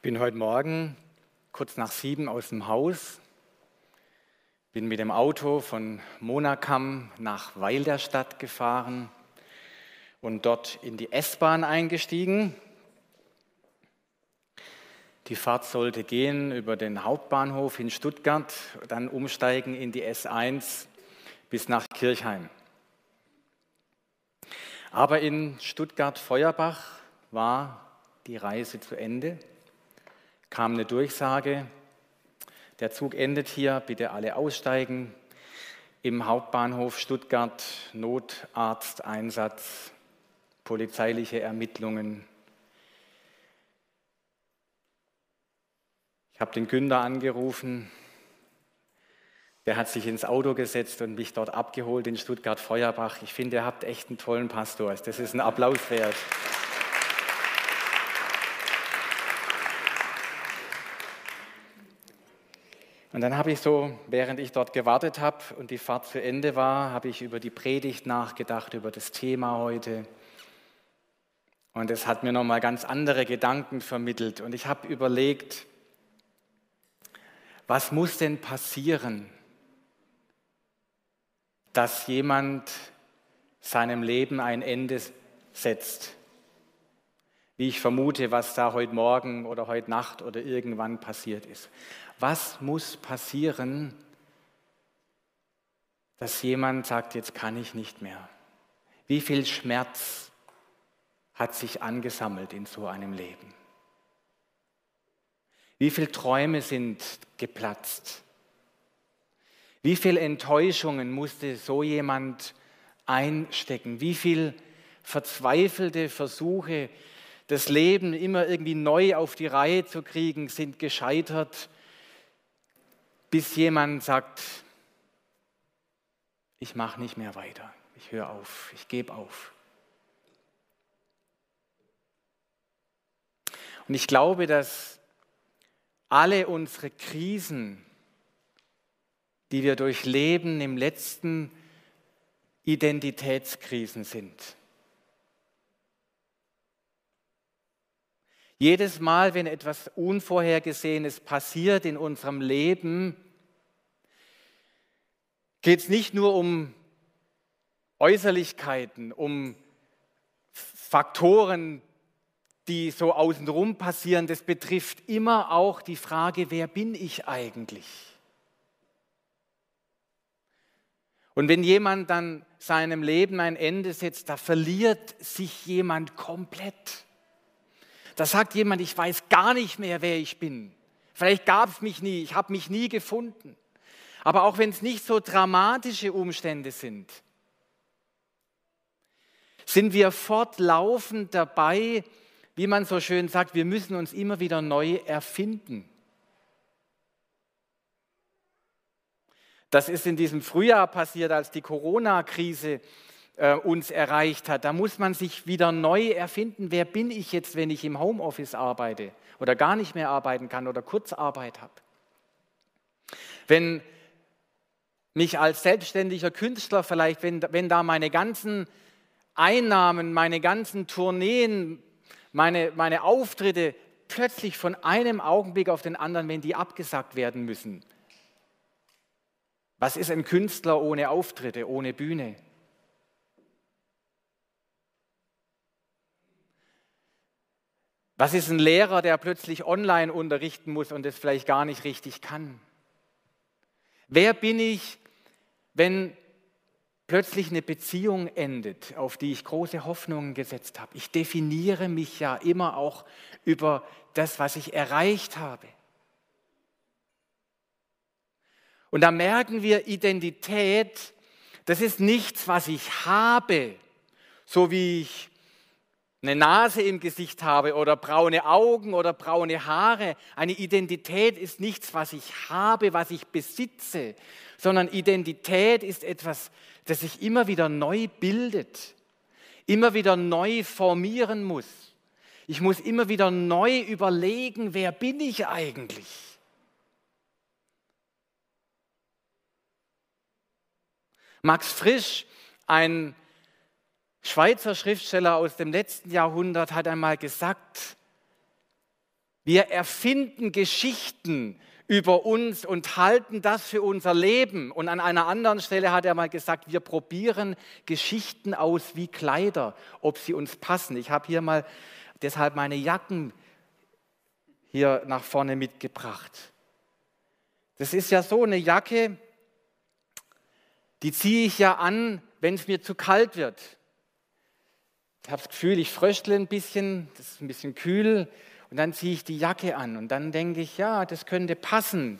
Bin heute Morgen kurz nach 7 aus dem Haus, bin mit dem Auto von Monacam nach Weil der Stadt gefahren und dort in die S-Bahn eingestiegen. Die Fahrt sollte gehen über den Hauptbahnhof in Stuttgart, dann umsteigen in die S1 bis nach Kirchheim. Aber in Stuttgart-Feuerbach war die Reise zu Ende. Kam eine Durchsage, der Zug endet hier, bitte alle aussteigen. Im Hauptbahnhof Stuttgart Notarzteinsatz, polizeiliche Ermittlungen. Ich habe den Günther angerufen, der hat sich ins Auto gesetzt und mich dort abgeholt in Stuttgart-Feuerbach. Ich finde, ihr habt echt einen tollen Pastor, das ist ein Applaus wert. Und dann habe ich so, während ich dort gewartet habe und die Fahrt zu Ende war, habe ich über die Predigt nachgedacht, über das Thema heute. Und es hat mir nochmal ganz andere Gedanken vermittelt. Und ich habe überlegt, was muss denn passieren, dass jemand seinem Leben ein Ende setzt? Wie ich vermute, was da heute Morgen oder heute Nacht oder irgendwann passiert ist. Was muss passieren, dass jemand sagt, jetzt kann ich nicht mehr? Wie viel Schmerz hat sich angesammelt in so einem Leben? Wie viele Träume sind geplatzt? Wie viele Enttäuschungen musste so jemand einstecken? Wie viele verzweifelte Versuche, das Leben immer irgendwie neu auf die Reihe zu kriegen, sind gescheitert, bis jemand sagt, ich mache nicht mehr weiter, ich höre auf, ich gebe auf. Und ich glaube, dass alle unsere Krisen, die wir durchleben, im letzten Identitätskrisen sind. Jedes Mal, wenn etwas Unvorhergesehenes passiert in unserem Leben, geht es nicht nur um Äußerlichkeiten, um Faktoren, die so außenrum passieren. Das betrifft immer auch die Frage, wer bin ich eigentlich? Und wenn jemand dann seinem Leben ein Ende setzt, da verliert sich jemand komplett. Da sagt jemand, ich weiß gar nicht mehr, wer ich bin. Vielleicht gab es mich nie, ich habe mich nie gefunden. Aber auch wenn es nicht so dramatische Umstände sind, sind wir fortlaufend dabei, wie man so schön sagt, wir müssen uns immer wieder neu erfinden. Das ist in diesem Frühjahr passiert, als die Corona-Krise uns erreicht hat. Da muss man sich wieder neu erfinden. Wer bin ich jetzt, wenn ich im Homeoffice arbeite oder gar nicht mehr arbeiten kann oder Kurzarbeit habe? Wenn mich als selbstständiger Künstler vielleicht, wenn da meine ganzen Einnahmen, meine ganzen Tourneen, meine Auftritte plötzlich von einem Augenblick auf den anderen, wenn die abgesagt werden müssen. Was ist ein Künstler ohne Auftritte, ohne Bühne? Was ist ein Lehrer, der plötzlich online unterrichten muss und das vielleicht gar nicht richtig kann? Wer bin ich, wenn plötzlich eine Beziehung endet, auf die ich große Hoffnungen gesetzt habe? Ich definiere mich ja immer auch über das, was ich erreicht habe. Und da merken wir, Identität, das ist nichts, was ich habe, so wie ich eine Nase im Gesicht habe oder braune Augen oder braune Haare. Eine Identität ist nichts, was ich habe, was ich besitze, sondern Identität ist etwas, das sich immer wieder neu bildet, immer wieder neu formieren muss. Ich muss immer wieder neu überlegen, wer bin ich eigentlich? Max Frisch, ein Schweizer Schriftsteller aus dem letzten Jahrhundert, hat einmal gesagt, Wir erfinden Geschichten über uns und halten das für unser Leben. Und an einer anderen Stelle hat er mal gesagt, wir probieren Geschichten aus wie Kleider, ob sie uns passen. Ich habe hier mal deshalb meine Jacken hier nach vorne mitgebracht. Das ist ja so eine Jacke, die ziehe ich ja an, wenn es mir zu kalt wird. Ich habe das Gefühl, ich fröstle ein bisschen, das ist ein bisschen kühl. Und dann ziehe ich die Jacke an und dann denke ich, ja, das könnte passen.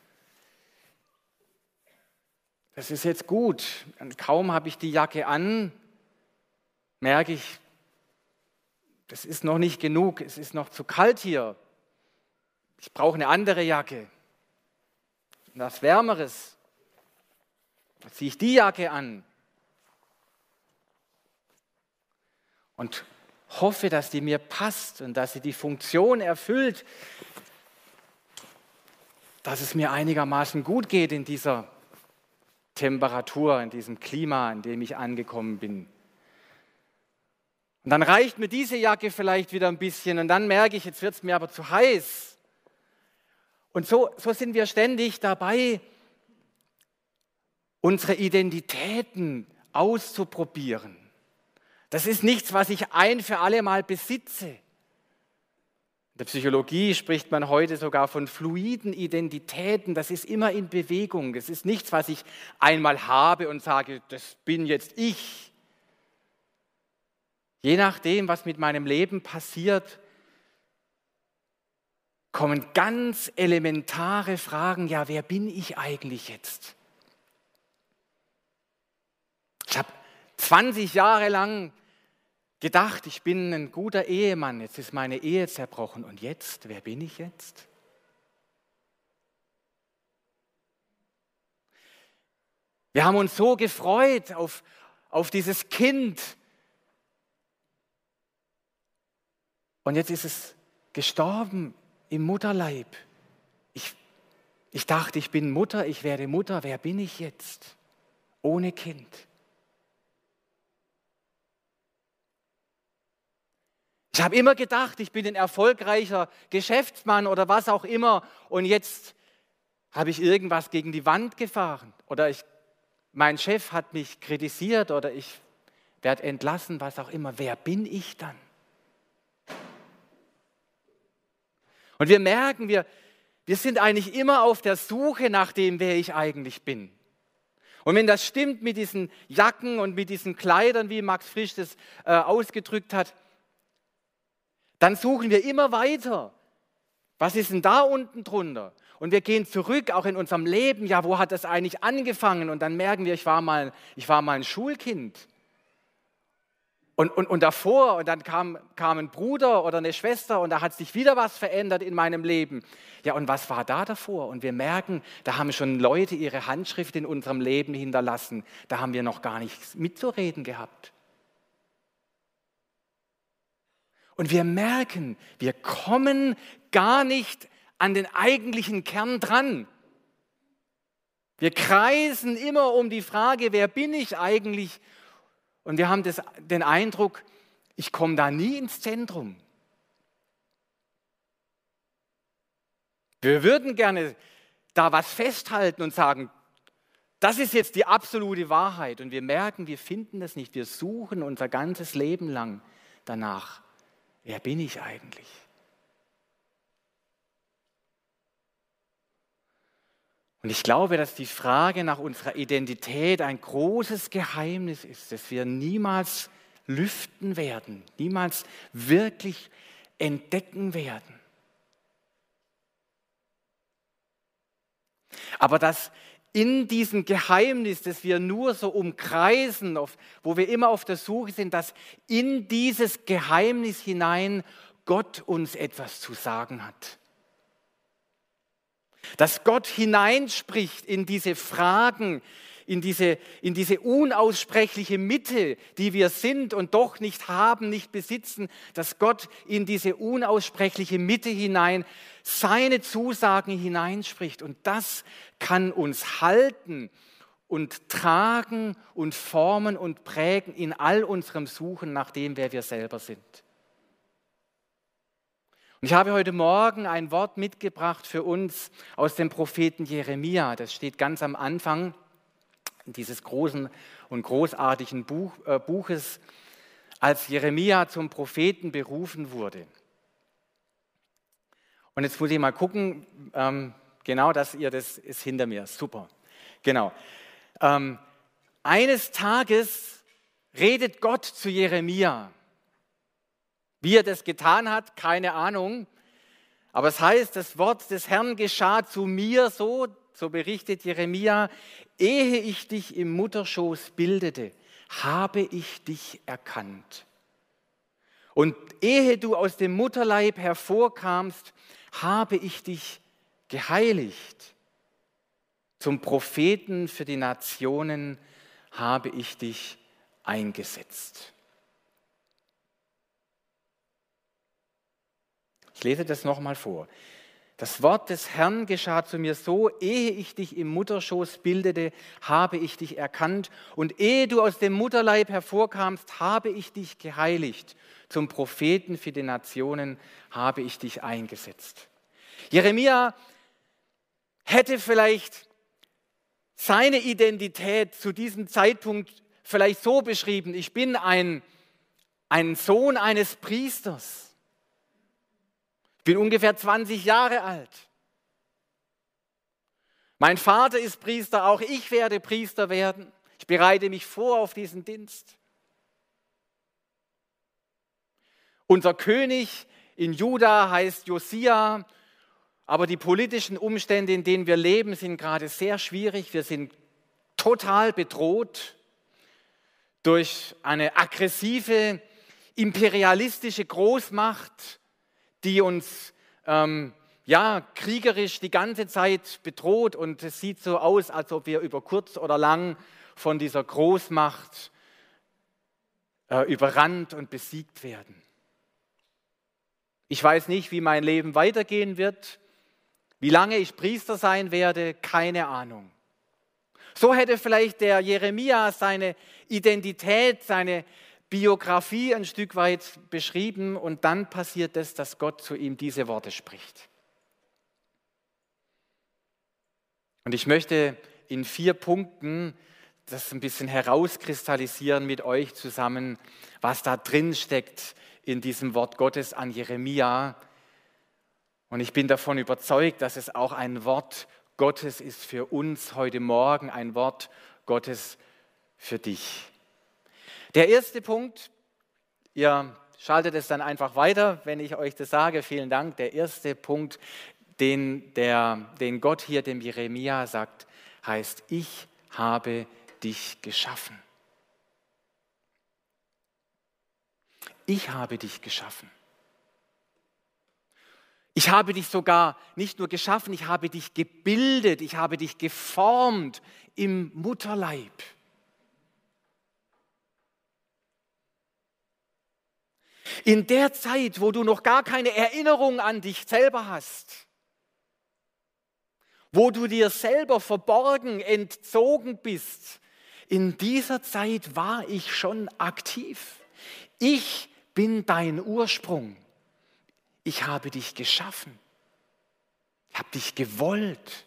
Das ist jetzt gut. Und kaum habe ich die Jacke an, merke ich, das ist noch nicht genug, es ist noch zu kalt hier. Ich brauche eine andere Jacke, was Wärmeres. Dann ziehe ich die Jacke an und hoffe, dass die mir passt und dass sie die Funktion erfüllt, dass es mir einigermaßen gut geht in dieser Temperatur, in diesem Klima, in dem ich angekommen bin. Und dann reicht mir diese Jacke vielleicht wieder ein bisschen und dann merke ich, jetzt wird es mir aber zu heiß. Und so sind wir ständig dabei, unsere Identitäten auszuprobieren. Das ist nichts, was ich ein für alle Mal besitze. In der Psychologie spricht man heute sogar von fluiden Identitäten. Das ist immer in Bewegung. Es ist nichts, was ich einmal habe und sage, das bin jetzt ich. Je nachdem, was mit meinem Leben passiert, kommen ganz elementare Fragen. Ja, wer bin ich eigentlich jetzt? Ich habe 20 Jahre lang gedacht, ich bin ein guter Ehemann, jetzt ist meine Ehe zerbrochen. Und jetzt, wer bin ich jetzt? Wir haben uns so gefreut auf dieses Kind. Und jetzt ist es gestorben im Mutterleib. Ich dachte, ich bin Mutter, ich werde Mutter. Wer bin ich jetzt? Ohne Kind. Ich habe immer gedacht, ich bin ein erfolgreicher Geschäftsmann oder was auch immer und jetzt habe ich irgendwas gegen die Wand gefahren oder mein Chef hat mich kritisiert oder ich werde entlassen, was auch immer. Wer bin ich dann? Und wir merken, wir sind eigentlich immer auf der Suche nach dem, wer ich eigentlich bin. Und wenn das stimmt mit diesen Jacken und mit diesen Kleidern, wie Max Frisch das ausgedrückt hat, dann suchen wir immer weiter. Was ist denn da unten drunter? Und wir gehen zurück, auch in unserem Leben. Ja, wo hat das eigentlich angefangen? Und dann merken wir, ich war mal ein Schulkind. Und davor, und dann kam ein Bruder oder eine Schwester und da hat sich wieder was verändert in meinem Leben. Ja, und was war da davor? Und wir merken, da haben schon Leute ihre Handschrift in unserem Leben hinterlassen. Da haben wir noch gar nichts mitzureden gehabt. Und wir merken, wir kommen gar nicht an den eigentlichen Kern dran. Wir kreisen immer um die Frage, wer bin ich eigentlich? Und wir haben den Eindruck, ich komme da nie ins Zentrum. Wir würden gerne da was festhalten und sagen, das ist jetzt die absolute Wahrheit. Und wir merken, wir finden das nicht. Wir suchen unser ganzes Leben lang danach. Wer bin ich eigentlich? Und ich glaube, dass die Frage nach unserer Identität ein großes Geheimnis ist, das wir niemals lüften werden, niemals wirklich entdecken werden. Aber dass in diesem Geheimnis, das wir nur so umkreisen, wo wir immer auf der Suche sind, dass in dieses Geheimnis hinein Gott uns etwas zu sagen hat. Dass Gott hineinspricht in diese Fragen, in diese unaussprechliche Mitte, die wir sind und doch nicht haben, nicht besitzen, dass Gott in diese unaussprechliche Mitte hinein seine Zusagen hineinspricht. Und das kann uns halten und tragen und formen und prägen in all unserem Suchen nach dem, wer wir selber sind. Und Ich habe heute Morgen ein Wort mitgebracht für uns aus dem Propheten Jeremia. Das steht ganz am Anfang dieses großen und großartigen Buches, als Jeremia zum Propheten berufen wurde. Und jetzt muss ich mal gucken, genau, das ist hinter mir, super, genau. Eines Tages redet Gott zu Jeremia. Wie er das getan hat, keine Ahnung. Aber es heißt, das Wort des Herrn geschah zu mir so berichtet Jeremia, ehe ich dich im Mutterschoß bildete, habe ich dich erkannt. Und ehe du aus dem Mutterleib hervorkamst, habe ich dich geheiligt. Zum Propheten für die Nationen habe ich dich eingesetzt. Ich lese das nochmal vor. Das Wort des Herrn geschah zu mir so, ehe ich dich im Mutterschoß bildete, habe ich dich erkannt. Und ehe du aus dem Mutterleib hervorkamst, habe ich dich geheiligt. Zum Propheten für die Nationen habe ich dich eingesetzt. Jeremia hätte vielleicht seine Identität zu diesem Zeitpunkt vielleicht so beschrieben: Ich bin ein Sohn eines Priesters. Ich bin ungefähr 20 Jahre alt. Mein Vater ist Priester, auch ich werde Priester werden. Ich bereite mich vor auf diesen Dienst. Unser König in Juda heißt Josia, aber die politischen Umstände, in denen wir leben, sind gerade sehr schwierig. Wir sind total bedroht durch eine aggressive, imperialistische Großmacht, die uns kriegerisch die ganze Zeit bedroht, und es sieht so aus, als ob wir über kurz oder lang von dieser Großmacht überrannt und besiegt werden. Ich weiß nicht, wie mein Leben weitergehen wird, wie lange ich Priester sein werde, keine Ahnung. So hätte vielleicht der Jeremia seine Identität, seine Biografie ein Stück weit beschrieben, und dann passiert es, dass Gott zu ihm diese Worte spricht. Und ich möchte in 4 Punkten das ein bisschen herauskristallisieren mit euch zusammen, was da drin steckt in diesem Wort Gottes an Jeremia. Und ich bin davon überzeugt, dass es auch ein Wort Gottes ist für uns heute Morgen, ein Wort Gottes für dich. Der erste Punkt, ihr schaltet es dann einfach weiter, wenn ich euch das sage, vielen Dank. Der erste Punkt, den Gott hier dem Jeremia sagt, heißt: Ich habe dich geschaffen. Ich habe dich geschaffen. Ich habe dich sogar nicht nur geschaffen, ich habe dich gebildet, ich habe dich geformt im Mutterleib. In der Zeit, wo du noch gar keine Erinnerung an dich selber hast, wo du dir selber verborgen, entzogen bist, in dieser Zeit war ich schon aktiv. Ich bin dein Ursprung. Ich habe dich geschaffen. Ich habe dich gewollt.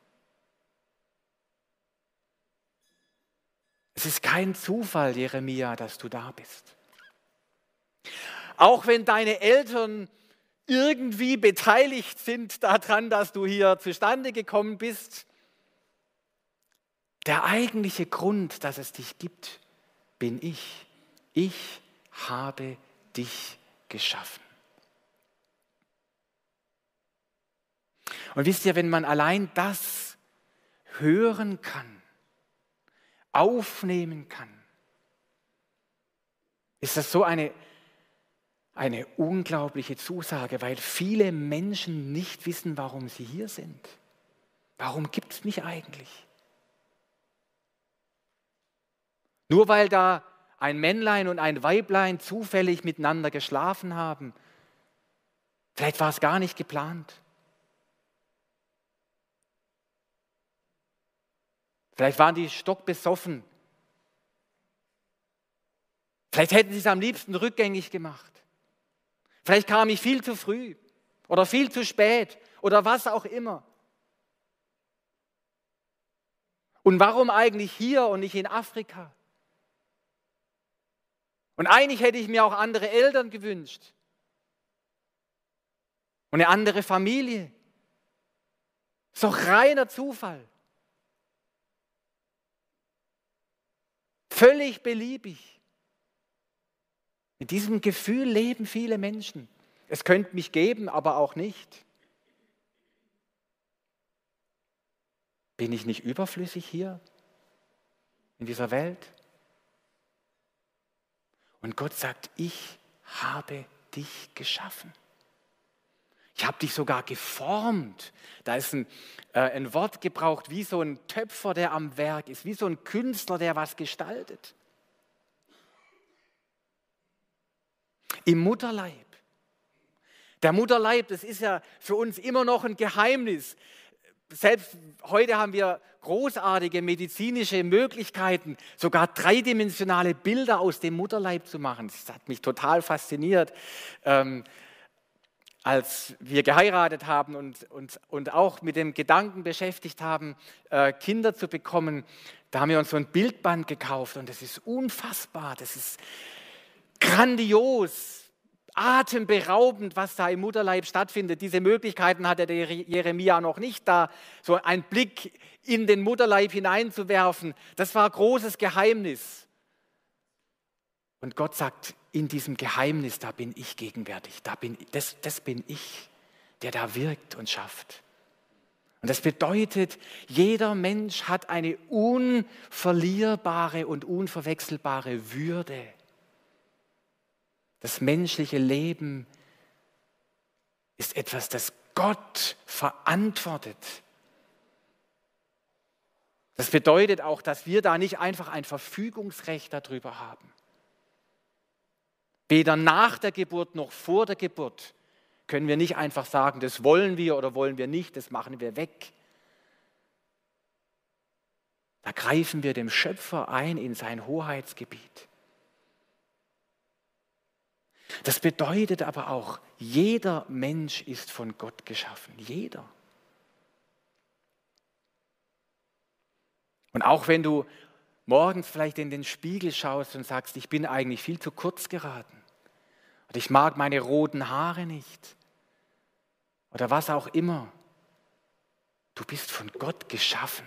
Es ist kein Zufall, Jeremia, dass du da bist. Auch wenn deine Eltern irgendwie beteiligt sind daran, dass du hier zustande gekommen bist, der eigentliche Grund, dass es dich gibt, bin ich. Ich habe dich geschaffen. Und wisst ihr, wenn man allein das hören kann, aufnehmen kann, ist das so eine unglaubliche Zusage, weil viele Menschen nicht wissen, warum sie hier sind. Warum gibt es mich eigentlich? Nur weil da ein Männlein und ein Weiblein zufällig miteinander geschlafen haben. Vielleicht war es gar nicht geplant. Vielleicht waren die stockbesoffen. Vielleicht hätten sie es am liebsten rückgängig gemacht. Vielleicht kam ich viel zu früh. oder viel zu spät oder was auch immer. Und warum eigentlich hier und nicht in Afrika? Und eigentlich hätte ich mir auch andere Eltern gewünscht und eine andere Familie. Ist doch reiner Zufall. Völlig beliebig. Mit diesem Gefühl leben viele Menschen. Es könnte mich geben, aber auch nicht. Bin ich nicht überflüssig hier in dieser Welt? Und Gott sagt, ich habe dich geschaffen. Ich habe dich sogar geformt. Da ist ein Wort gebraucht, wie so ein Töpfer, der am Werk ist, wie so ein Künstler, der was gestaltet. Im Mutterleib. Der Mutterleib, das ist ja für uns immer noch ein Geheimnis. Selbst heute haben wir großartige medizinische Möglichkeiten, sogar dreidimensionale Bilder aus dem Mutterleib zu machen. Das hat mich total fasziniert, als wir geheiratet haben und auch mit dem Gedanken beschäftigt haben, Kinder zu bekommen. Da haben wir uns so ein Bildband gekauft und das ist unfassbar, das ist grandios. Atemberaubend, was da im Mutterleib stattfindet. Diese Möglichkeiten hatte der Jeremia noch nicht da, so einen Blick in den Mutterleib hineinzuwerfen. Das war ein großes Geheimnis. Und Gott sagt, in diesem Geheimnis, da bin ich gegenwärtig. Das bin ich, der da wirkt und schafft. Und das bedeutet, jeder Mensch hat eine unverlierbare und unverwechselbare Würde. Das menschliche Leben ist etwas, das Gott verantwortet. Das bedeutet auch, dass wir da nicht einfach ein Verfügungsrecht darüber haben. Weder nach der Geburt noch vor der Geburt können wir nicht einfach sagen, das wollen wir oder wollen wir nicht, das machen wir weg. Da greifen wir dem Schöpfer ein in sein Hoheitsgebiet. Das bedeutet aber auch, jeder Mensch ist von Gott geschaffen, jeder. Und auch wenn du morgens vielleicht in den Spiegel schaust und sagst, ich bin eigentlich viel zu kurz geraten oder ich mag meine roten Haare nicht oder was auch immer, du bist von Gott geschaffen.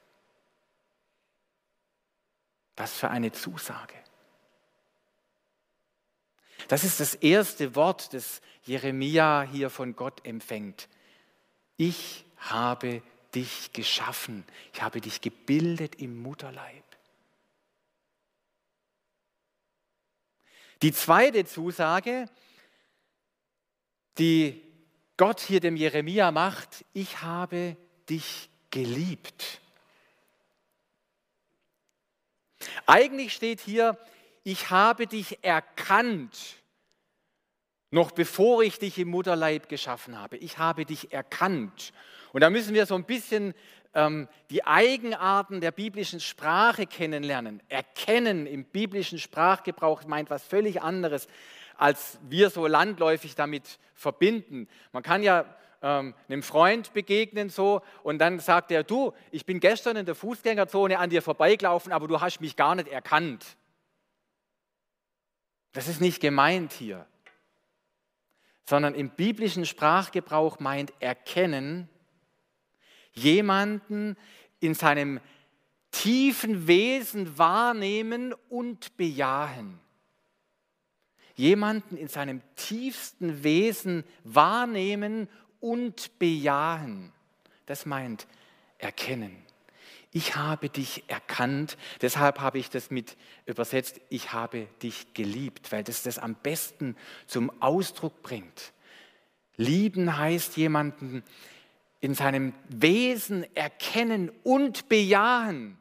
Was für eine Zusage. Das ist das erste Wort, das Jeremia hier von Gott empfängt. Ich habe dich geschaffen. Ich habe dich gebildet im Mutterleib. Die zweite Zusage, die Gott hier dem Jeremia macht, ich habe dich geliebt. Eigentlich steht hier, ich habe dich erkannt, noch bevor ich dich im Mutterleib geschaffen habe. Ich habe dich erkannt. Und da müssen wir so ein bisschen die Eigenarten der biblischen Sprache kennenlernen. Erkennen im biblischen Sprachgebrauch meint was völlig anderes, als wir so landläufig damit verbinden. Man kann ja einem Freund begegnen so und dann sagt er, du, ich bin gestern in der Fußgängerzone an dir vorbeigelaufen, aber du hast mich gar nicht erkannt. Das ist nicht gemeint hier, sondern im biblischen Sprachgebrauch meint erkennen, jemanden in seinem tiefen Wesen wahrnehmen und bejahen. Jemanden in seinem tiefsten Wesen wahrnehmen und bejahen. Das meint erkennen. Ich habe dich erkannt, deshalb habe ich das mit übersetzt, ich habe dich geliebt, weil das am besten zum Ausdruck bringt. Lieben heißt jemanden in seinem Wesen erkennen und bejahen.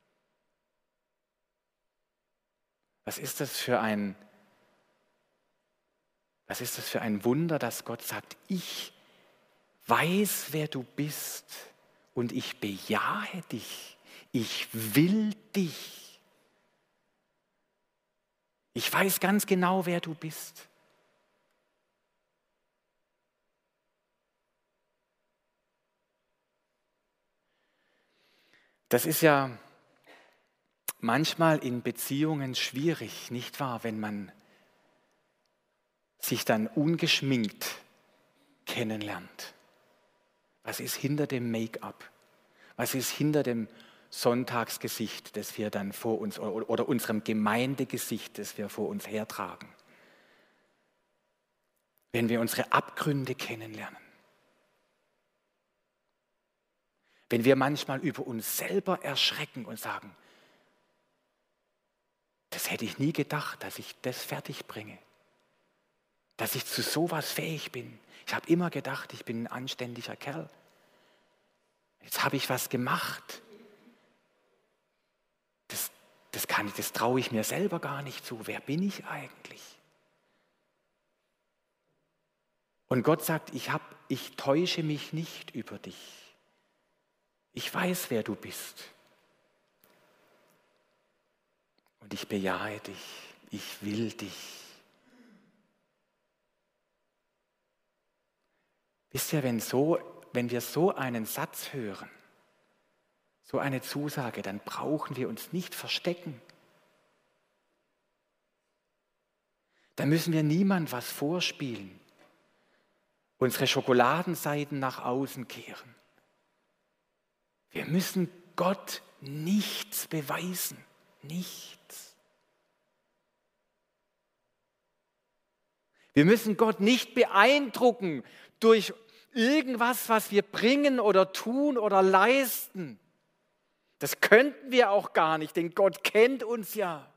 Was ist das für ein Wunder, dass Gott sagt, ich weiß, wer du bist. Und ich bejahe dich, ich will dich. Ich weiß ganz genau, wer du bist. Das ist ja manchmal in Beziehungen schwierig, nicht wahr, wenn man sich dann ungeschminkt kennenlernt. Was ist hinter dem Make-up? Was ist hinter dem Sonntagsgesicht, das wir dann vor uns, oder unserem Gemeindegesicht, das wir vor uns hertragen? Wenn wir unsere Abgründe kennenlernen. Wenn wir manchmal über uns selber erschrecken und sagen, das hätte ich nie gedacht, dass ich das fertig bringe, dass ich zu sowas fähig bin. Ich habe immer gedacht, ich bin ein anständiger Kerl. Jetzt habe ich was gemacht. Das traue ich mir selber gar nicht zu. Wer bin ich eigentlich? Und Gott sagt, ich täusche mich nicht über dich. Ich weiß, wer du bist. Und ich bejahe dich. Ich will dich. Wisst ihr, wenn wir so einen Satz hören, so eine Zusage, dann brauchen wir uns nicht verstecken. Da müssen wir niemand was vorspielen, unsere Schokoladenseiten nach außen kehren. Wir müssen Gott nichts beweisen, nichts. Wir müssen Gott nicht beeindrucken durch irgendwas, was wir bringen oder tun oder leisten. Das könnten wir auch gar nicht, denn Gott kennt uns ja.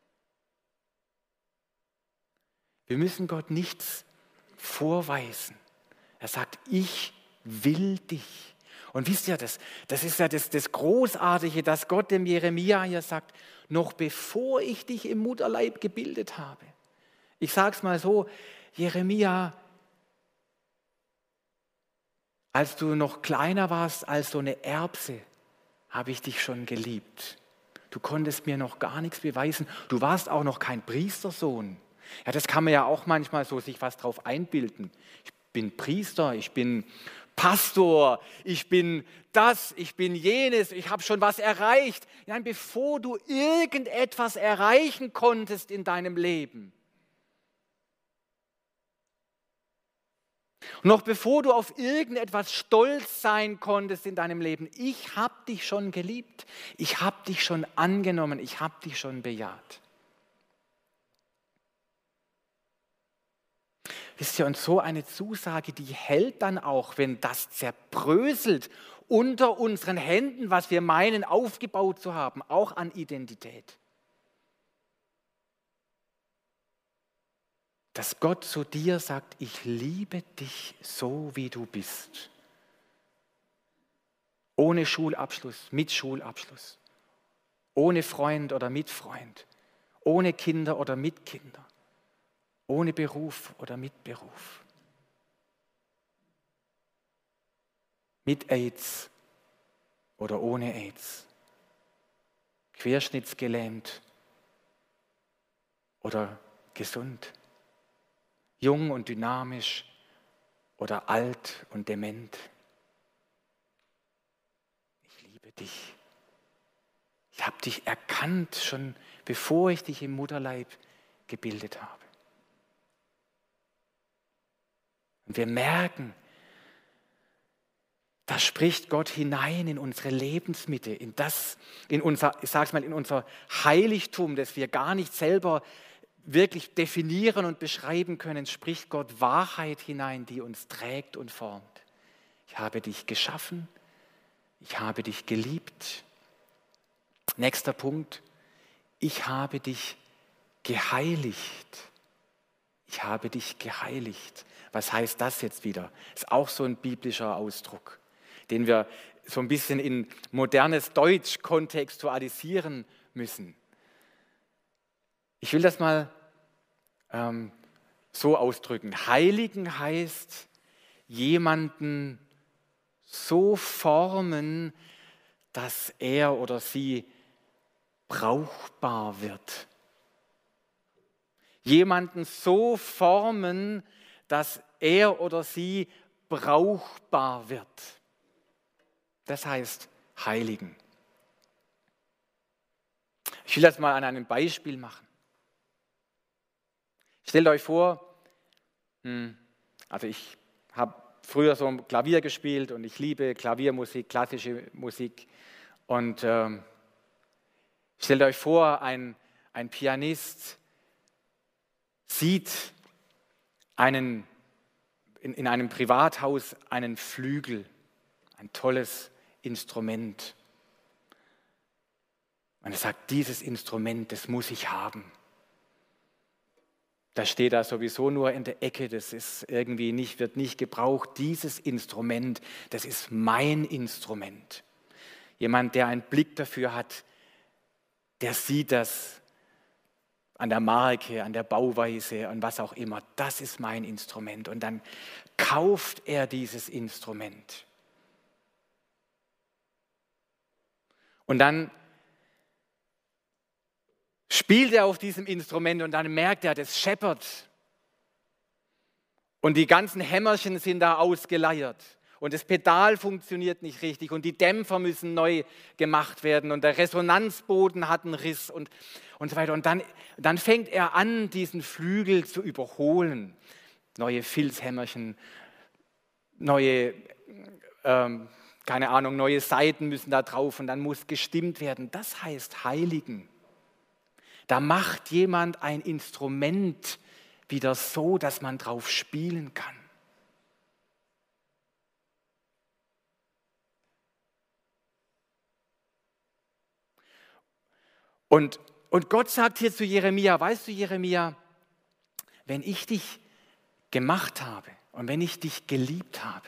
Wir müssen Gott nichts vorweisen. Er sagt, ich will dich. Und wisst ihr, das ist ja das Großartige, dass Gott dem Jeremia hier sagt, noch bevor ich dich im Mutterleib gebildet habe. Ich sage es mal so, Jeremia, als du noch kleiner warst als so eine Erbse, habe ich dich schon geliebt. Du konntest mir noch gar nichts beweisen. Du warst auch noch kein Priestersohn. Ja, das kann man ja auch manchmal so sich was drauf einbilden. Ich bin Priester, ich bin Pastor, ich bin das, ich bin jenes, ich habe schon was erreicht. Nein, bevor du irgendetwas erreichen konntest in deinem Leben, noch bevor du auf irgendetwas stolz sein konntest in deinem Leben, ich habe dich schon geliebt, ich habe dich schon angenommen, ich habe dich schon bejaht. Wisst ihr, und so eine Zusage, die hält dann auch, wenn das zerbröselt unter unseren Händen, was wir meinen aufgebaut zu haben, auch an Identität. Dass Gott zu dir sagt, ich liebe dich so, wie du bist. Ohne Schulabschluss, mit Schulabschluss. Ohne Freund oder mit Freund. Ohne Kinder oder mit Kinder. Ohne Beruf oder mit Beruf. Mit AIDS oder ohne AIDS. Querschnittsgelähmt oder gesund. Jung und dynamisch oder alt und dement. Ich liebe dich. Ich habe dich erkannt, schon bevor ich dich im Mutterleib gebildet habe. Und wir merken, da spricht Gott hinein in unsere Lebensmitte, in unser Heiligtum, das wir gar nicht selber wirklich definieren und beschreiben können, spricht Gott Wahrheit hinein, die uns trägt und formt. Ich habe dich geschaffen, ich habe dich geliebt. Nächster Punkt, ich habe dich geheiligt. Ich habe dich geheiligt. Was heißt das jetzt wieder? Ist auch so ein biblischer Ausdruck, den wir so ein bisschen in modernes Deutsch kontextualisieren müssen. Ich will das mal so ausdrücken. Heiligen heißt, jemanden so formen, dass er oder sie brauchbar wird. Jemanden so formen, dass er oder sie brauchbar wird. Das heißt heiligen. Ich will das mal an einem Beispiel machen. Stellt euch vor, also ich habe früher so Klavier gespielt und ich liebe Klaviermusik, klassische Musik. Und stellt euch vor, ein Pianist sieht in einem Privathaus einen Flügel, ein tolles Instrument. Und er sagt, dieses Instrument, das muss ich haben. Das steht da sowieso nur in der Ecke, das ist irgendwie wird nicht gebraucht. Dieses Instrument, das ist mein Instrument. Jemand, der einen Blick dafür hat, der sieht das an der Marke, an der Bauweise und was auch immer. Das ist mein Instrument. Und dann kauft er dieses Instrument. Und dann spielt er auf diesem Instrument und dann merkt er, das scheppert. Und die ganzen Hämmerchen sind da ausgeleiert. Und das Pedal funktioniert nicht richtig und die Dämpfer müssen neu gemacht werden und der Resonanzboden hat einen Riss und so weiter. Und dann fängt er an, diesen Flügel zu überholen. Neue Filzhämmerchen, neue Saiten müssen da drauf und dann muss gestimmt werden. Das heißt Heiligen. Da macht jemand ein Instrument wieder so, dass man drauf spielen kann. Und Gott sagt hier zu Jeremia, weißt du Jeremia, wenn ich dich gemacht habe und wenn ich dich geliebt habe,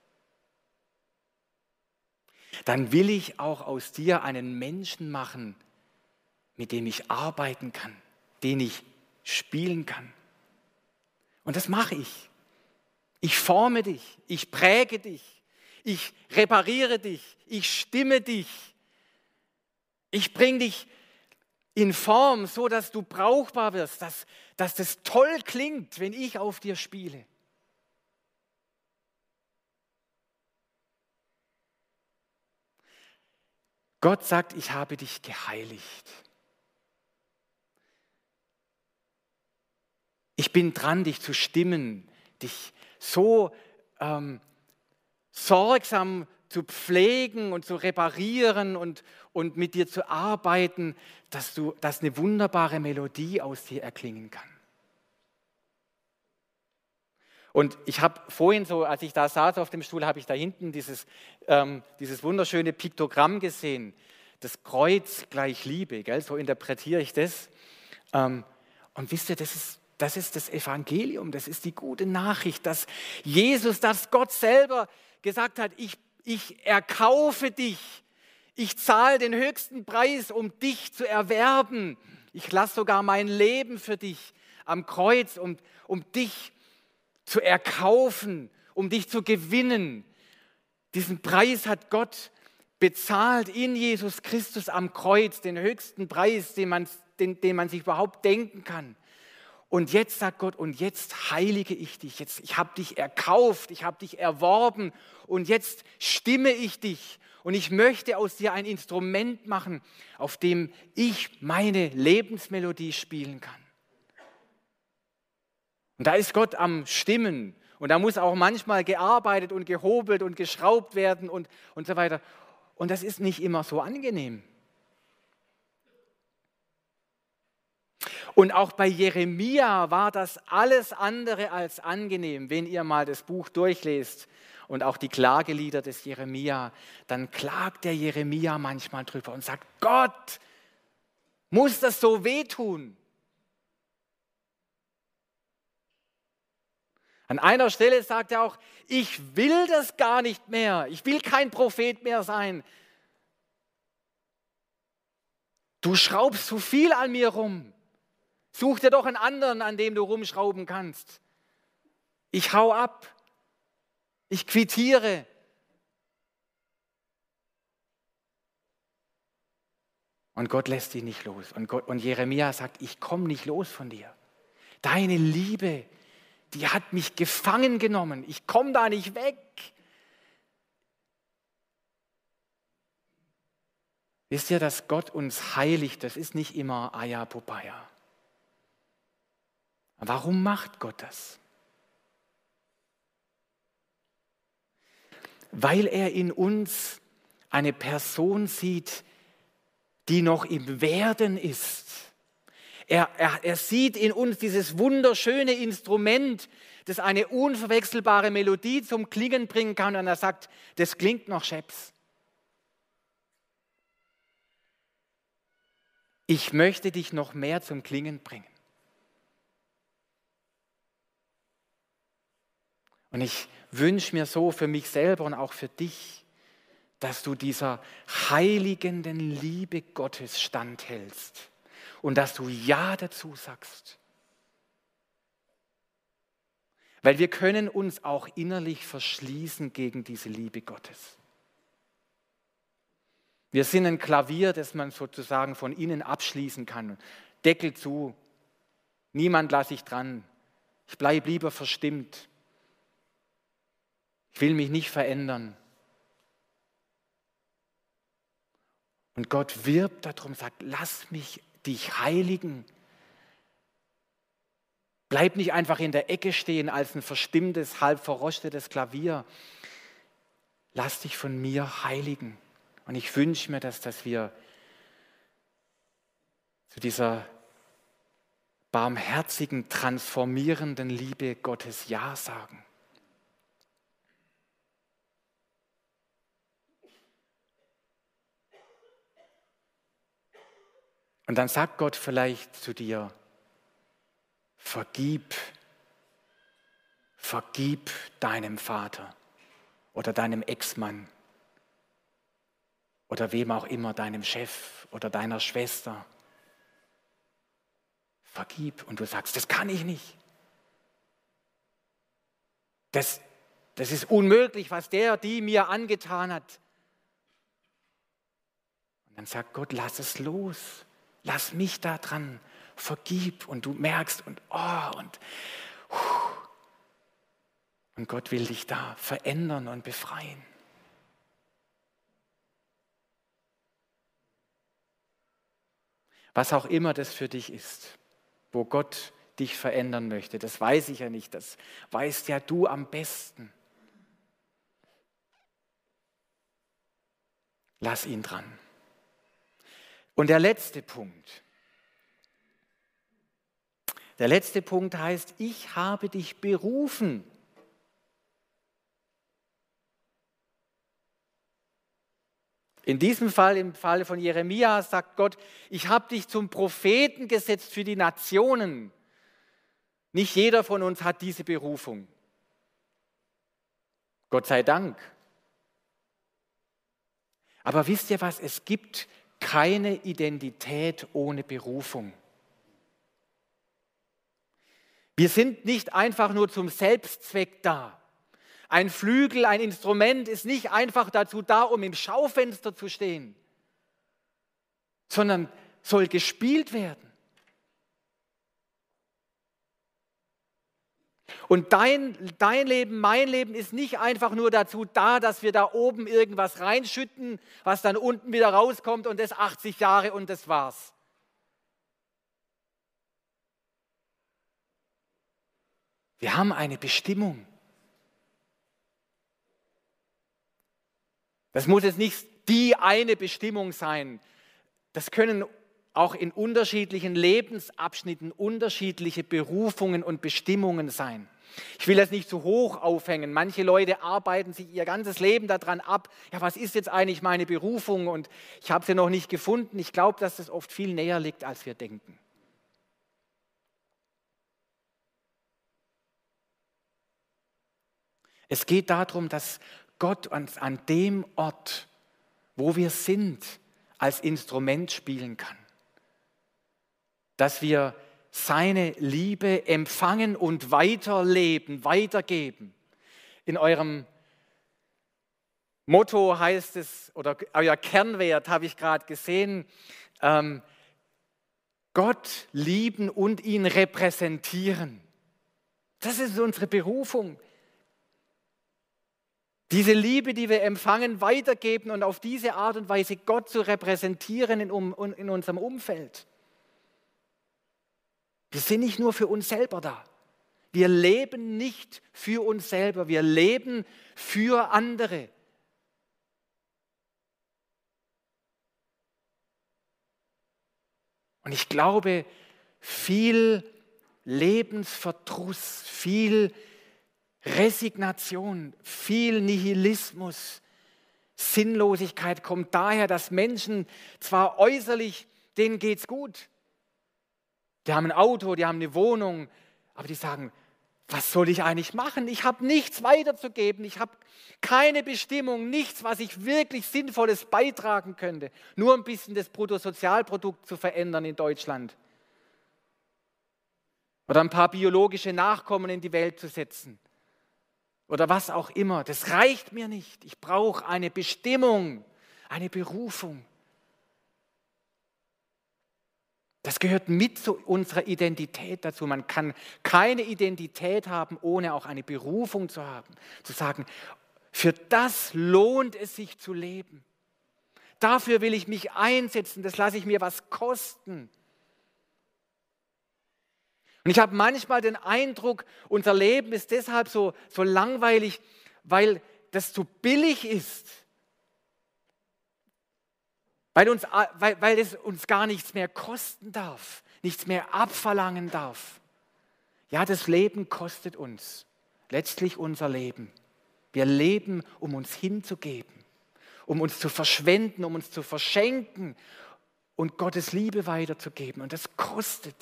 dann will ich auch aus dir einen Menschen machen, mit dem ich arbeiten kann, den ich spielen kann. Und das mache ich. Ich forme dich, ich präge dich, ich repariere dich, ich stimme dich, ich bringe dich in Form, so dass du brauchbar wirst, dass das toll klingt, wenn ich auf dir spiele. Gott sagt, ich habe dich geheiligt. Ich bin dran, dich zu stimmen, dich so sorgsam zu pflegen und zu reparieren und mit dir zu arbeiten, dass eine wunderbare Melodie aus dir erklingen kann. Und ich habe vorhin so, als ich da saß auf dem Stuhl, habe ich da hinten dieses wunderschöne Piktogramm gesehen. Das Kreuz gleich Liebe, gell? So interpretiere ich das. Und wisst ihr, das ist das Evangelium, das ist die gute Nachricht, dass Jesus, dass Gott selber gesagt hat, ich erkaufe dich, ich zahle den höchsten Preis, um dich zu erwerben. Ich lasse sogar mein Leben für dich am Kreuz, um dich zu erkaufen, um dich zu gewinnen. Diesen Preis hat Gott bezahlt in Jesus Christus am Kreuz, den höchsten Preis, den man sich überhaupt denken kann. Und jetzt sagt Gott, und jetzt heilige ich dich, ich habe dich erkauft, ich habe dich erworben und jetzt stimme ich dich und ich möchte aus dir ein Instrument machen, auf dem ich meine Lebensmelodie spielen kann. Und da ist Gott am Stimmen und da muss auch manchmal gearbeitet und gehobelt und geschraubt werden und so weiter. Und das ist nicht immer so angenehm. Und auch bei Jeremia war das alles andere als angenehm. Wenn ihr mal das Buch durchlest und auch die Klagelieder des Jeremia, dann klagt der Jeremia manchmal drüber und sagt, Gott, muss das so wehtun? An einer Stelle sagt er auch, ich will das gar nicht mehr, ich will kein Prophet mehr sein. Du schraubst zu viel an mir rum. Such dir doch einen anderen, an dem du rumschrauben kannst. Ich hau ab. Ich quittiere. Und Gott lässt ihn nicht los. Und Jeremia sagt, ich komme nicht los von dir. Deine Liebe, die hat mich gefangen genommen. Ich komme da nicht weg. Wisst ihr, dass Gott uns heiligt, das ist nicht immer Aja Popaya. Warum macht Gott das? Weil er in uns eine Person sieht, die noch im Werden ist. Er sieht in uns dieses wunderschöne Instrument, das eine unverwechselbare Melodie zum Klingen bringen kann. Und er sagt, das klingt noch scheps. Ich möchte dich noch mehr zum Klingen bringen. Und ich wünsche mir so für mich selber und auch für dich, dass du dieser heiligenden Liebe Gottes standhältst und dass du Ja dazu sagst. Weil wir können uns auch innerlich verschließen gegen diese Liebe Gottes. Wir sind ein Klavier, das man sozusagen von innen abschließen kann. Deckel zu, niemand lasse ich dran, ich bleibe lieber verstimmt. Ich will mich nicht verändern. Und Gott wirbt darum, sagt, lass mich dich heiligen. Bleib nicht einfach in der Ecke stehen als ein verstimmtes, halb verrostetes Klavier. Lass dich von mir heiligen. Und ich wünsche mir, dass wir zu dieser barmherzigen, transformierenden Liebe Gottes Ja sagen. Und dann sagt Gott vielleicht zu dir, vergib deinem Vater oder deinem Ex-Mann oder wem auch immer, deinem Chef oder deiner Schwester. Vergib. Und du sagst, das kann ich nicht. Das ist unmöglich, was die mir angetan hat. Und dann sagt Gott, lass es los. Lass mich da dran, vergib. Und du merkst und Gott will dich da verändern und befreien. Was auch immer das für dich ist, wo Gott dich verändern möchte, das weiß ich ja nicht, das weißt ja du am besten. Lass ihn dran. Und der letzte Punkt. Der letzte Punkt heißt, ich habe dich berufen. In diesem Fall, im Falle von Jeremia, sagt Gott, ich habe dich zum Propheten gesetzt für die Nationen. Nicht jeder von uns hat diese Berufung. Gott sei Dank. Aber wisst ihr was, es gibt keine Identität ohne Berufung. Wir sind nicht einfach nur zum Selbstzweck da. Ein Flügel, ein Instrument ist nicht einfach dazu da, um im Schaufenster zu stehen, sondern soll gespielt werden. Und dein Leben, mein Leben ist nicht einfach nur dazu da, dass wir da oben irgendwas reinschütten, was dann unten wieder rauskommt und das 80 Jahre und das war's. Wir haben eine Bestimmung. Das muss jetzt nicht die eine Bestimmung sein. Das können auch in unterschiedlichen Lebensabschnitten unterschiedliche Berufungen und Bestimmungen sein. Ich will das nicht zu hoch aufhängen. Manche Leute arbeiten sich ihr ganzes Leben daran ab. Ja, was ist jetzt eigentlich meine Berufung? Und ich habe sie noch nicht gefunden. Ich glaube, dass das oft viel näher liegt, als wir denken. Es geht darum, dass Gott uns an dem Ort, wo wir sind, als Instrument spielen kann. Dass wir seine Liebe empfangen und weiterleben, weitergeben. In eurem Motto heißt es, oder euer Kernwert habe ich gerade gesehen, Gott lieben und ihn repräsentieren. Das ist unsere Berufung. Diese Liebe, die wir empfangen, weitergeben und auf diese Art und Weise Gott zu repräsentieren in unserem Umfeld. Wir sind nicht nur für uns selber da. Wir leben nicht für uns selber, wir leben für andere. Und ich glaube, viel Lebensverdruss, viel Resignation, viel Nihilismus, Sinnlosigkeit kommt daher, dass Menschen zwar äußerlich, denen geht's gut, die haben ein Auto, die haben eine Wohnung, aber die sagen, was soll ich eigentlich machen? Ich habe nichts weiterzugeben, ich habe keine Bestimmung, nichts, was ich wirklich Sinnvolles beitragen könnte. Nur ein bisschen das Bruttosozialprodukt zu verändern in Deutschland. Oder ein paar biologische Nachkommen in die Welt zu setzen. Oder was auch immer. Das reicht mir nicht. Ich brauche eine Bestimmung, eine Berufung. Das gehört mit zu unserer Identität dazu. Man kann keine Identität haben, ohne auch eine Berufung zu haben. Zu sagen, für das lohnt es sich zu leben. Dafür will ich mich einsetzen, das lasse ich mir was kosten. Und ich habe manchmal den Eindruck, unser Leben ist deshalb so langweilig, weil das zu billig ist. Weil es uns gar nichts mehr kosten darf, nichts mehr abverlangen darf. Ja, das Leben kostet uns, letztlich unser Leben. Wir leben, um uns hinzugeben, um uns zu verschwenden, um uns zu verschenken und Gottes Liebe weiterzugeben. Und das kostet.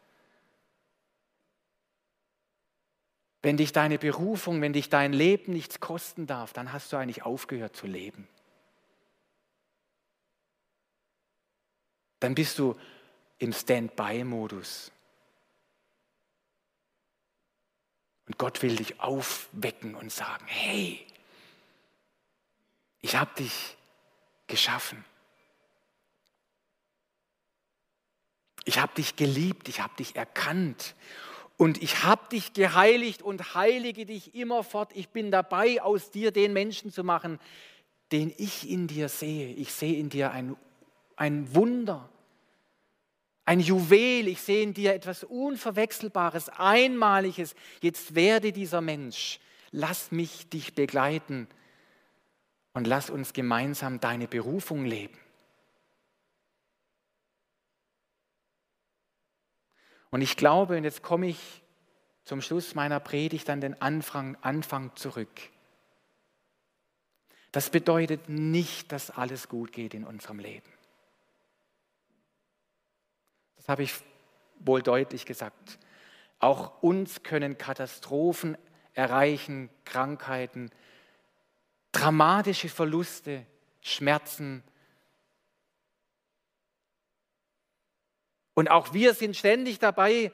Wenn dich deine Berufung, wenn dich dein Leben nichts kosten darf, dann hast du eigentlich aufgehört zu leben. Dann bist du im Standby-Modus. Und Gott will dich aufwecken und sagen, hey, ich habe dich geschaffen. Ich habe dich geliebt, ich habe dich erkannt. Und ich habe dich geheiligt und heilige dich immerfort. Ich bin dabei, aus dir den Menschen zu machen, den ich in dir sehe. Ich sehe in dir ein Wunder, ein Juwel. Ich sehe in dir etwas Unverwechselbares, Einmaliges. Jetzt werde dieser Mensch. Lass mich dich begleiten und lass uns gemeinsam deine Berufung leben. Und ich glaube, und jetzt komme ich zum Schluss meiner Predigt an den Anfang zurück. Das bedeutet nicht, dass alles gut geht in unserem Leben. Das habe ich wohl deutlich gesagt. Auch uns können Katastrophen erreichen, Krankheiten, dramatische Verluste, Schmerzen. Und auch wir sind ständig dabei,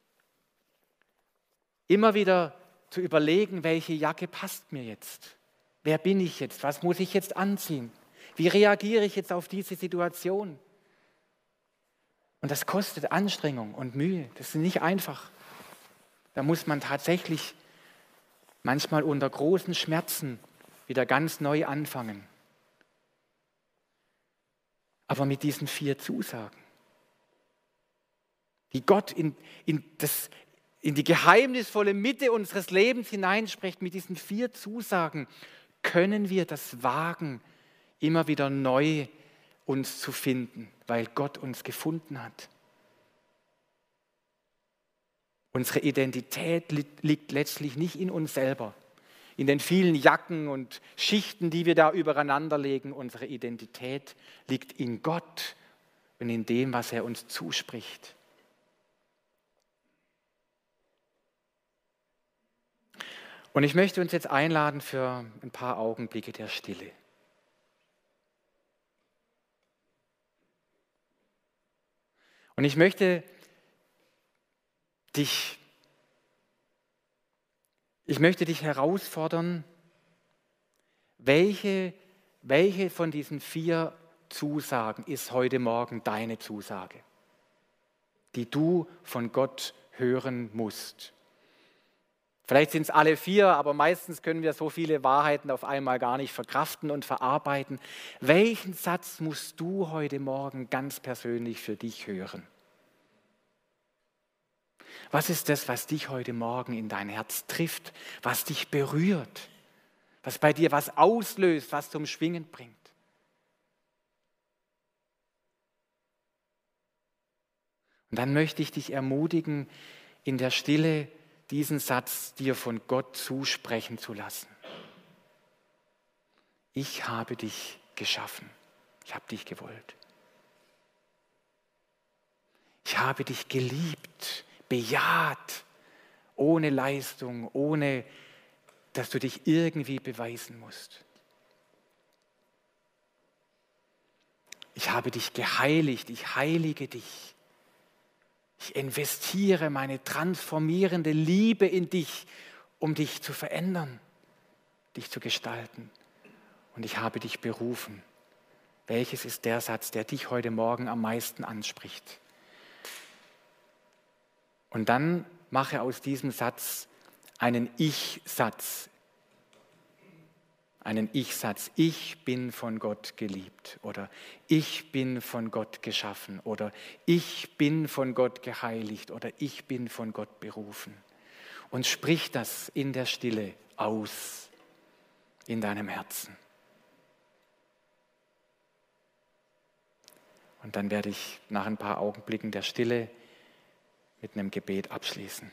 immer wieder zu überlegen, welche Jacke passt mir jetzt? Wer bin ich jetzt? Was muss ich jetzt anziehen? Wie reagiere ich jetzt auf diese Situation? Und das kostet Anstrengung und Mühe. Das ist nicht einfach. Da muss man tatsächlich manchmal unter großen Schmerzen wieder ganz neu anfangen. Aber mit diesen 4 Zusagen, die Gott in die geheimnisvolle Mitte unseres Lebens hineinspricht, mit diesen 4 Zusagen, können wir das wagen, immer wieder neu uns zu finden, weil Gott uns gefunden hat. Unsere Identität liegt letztlich nicht in uns selber, in den vielen Jacken und Schichten, die wir da übereinander legen. Unsere Identität liegt in Gott und in dem, was er uns zuspricht. Und ich möchte uns jetzt einladen für ein paar Augenblicke der Stille. Und ich möchte dich herausfordern, welche von diesen 4 Zusagen ist heute Morgen deine Zusage, die du von Gott hören musst. Vielleicht sind es alle 4, aber meistens können wir so viele Wahrheiten auf einmal gar nicht verkraften und verarbeiten. Welchen Satz musst du heute Morgen ganz persönlich für dich hören? Was ist das, was dich heute Morgen in dein Herz trifft, was dich berührt, was bei dir was auslöst, was zum Schwingen bringt? Und dann möchte ich dich ermutigen, in der Stille diesen Satz dir von Gott zusprechen zu lassen. Ich habe dich geschaffen. Ich habe dich gewollt. Ich habe dich geliebt, bejaht, ohne Leistung, ohne dass du dich irgendwie beweisen musst. Ich habe dich geheiligt, ich heilige dich. Ich investiere meine transformierende Liebe in dich, um dich zu verändern, dich zu gestalten. Und ich habe dich berufen. Welches ist der Satz, der dich heute Morgen am meisten anspricht? Und dann mache aus diesem Satz einen Ich-Satz. Einen Ich-Satz. Ich bin von Gott geliebt oder ich bin von Gott geschaffen oder ich bin von Gott geheiligt oder ich bin von Gott berufen. Und sprich das in der Stille aus in deinem Herzen. Und dann werde ich nach ein paar Augenblicken der Stille mit einem Gebet abschließen.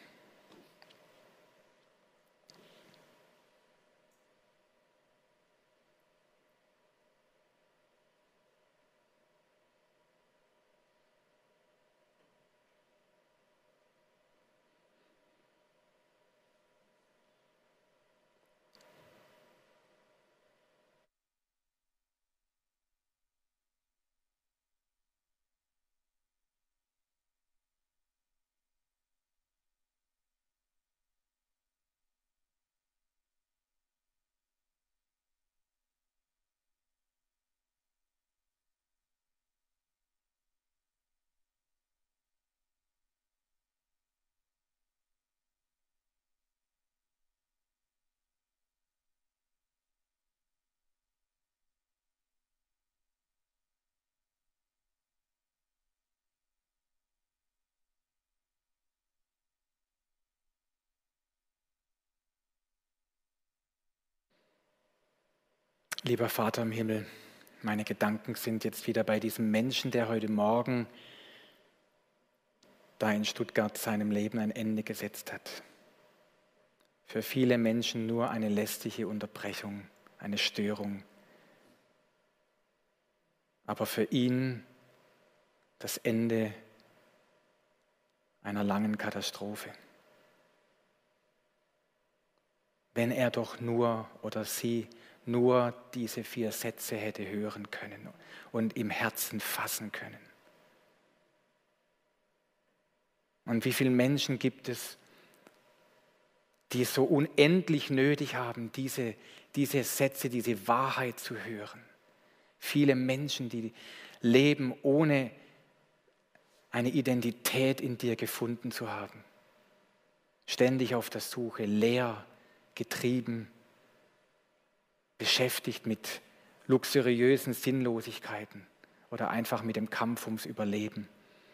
Lieber Vater im Himmel, meine Gedanken sind jetzt wieder bei diesem Menschen, der heute Morgen da in Stuttgart seinem Leben ein Ende gesetzt hat. Für viele Menschen nur eine lästige Unterbrechung, eine Störung. Aber für ihn das Ende einer langen Katastrophe. Wenn er doch nur oder sie nur diese 4 Sätze hätte hören können und im Herzen fassen können. Und wie viele Menschen gibt es, die es so unendlich nötig haben, diese Sätze, diese Wahrheit zu hören. Viele Menschen, die leben, ohne eine Identität in dir gefunden zu haben. Ständig auf der Suche, leer, getrieben, beschäftigt mit luxuriösen Sinnlosigkeiten oder einfach mit dem Kampf ums Überleben.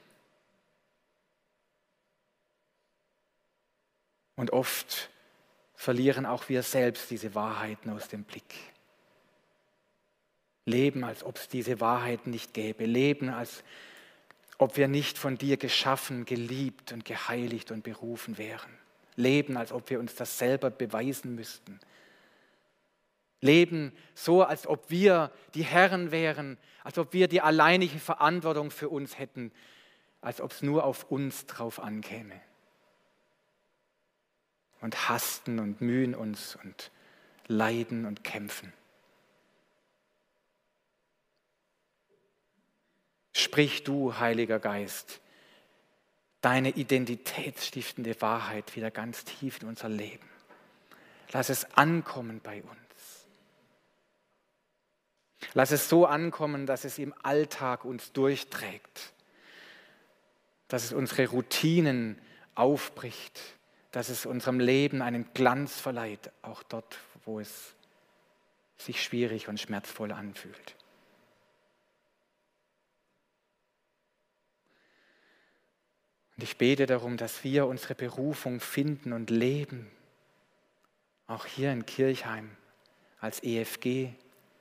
Und oft verlieren auch wir selbst diese Wahrheiten aus dem Blick. Leben, als ob es diese Wahrheiten nicht gäbe. Leben, als ob wir nicht von dir geschaffen, geliebt und geheiligt und berufen wären. Leben, als ob wir uns das selber beweisen müssten. Leben so, als ob wir die Herren wären, als ob wir die alleinige Verantwortung für uns hätten, als ob es nur auf uns drauf ankäme. Und hasten und mühen uns und leiden und kämpfen. Sprich du, Heiliger Geist, deine identitätsstiftende Wahrheit wieder ganz tief in unser Leben. Lass es ankommen bei uns. Lass es so ankommen, dass es im Alltag uns durchträgt, dass es unsere Routinen aufbricht, dass es unserem Leben einen Glanz verleiht, auch dort, wo es sich schwierig und schmerzvoll anfühlt. Und ich bete darum, dass wir unsere Berufung finden und leben, auch hier in Kirchheim, als EFG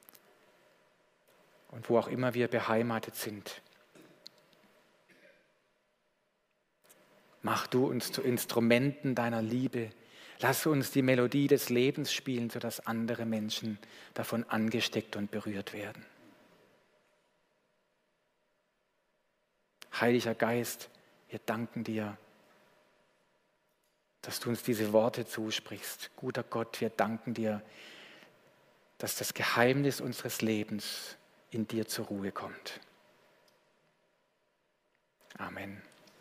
und wo auch immer wir beheimatet sind. Mach du uns zu Instrumenten deiner Liebe. Lass uns die Melodie des Lebens spielen, sodass andere Menschen davon angesteckt und berührt werden. Heiliger Geist, wir danken dir, dass du uns diese Worte zusprichst. Guter Gott, wir danken dir, dass das Geheimnis unseres Lebens in dir zur Ruhe kommt. Amen.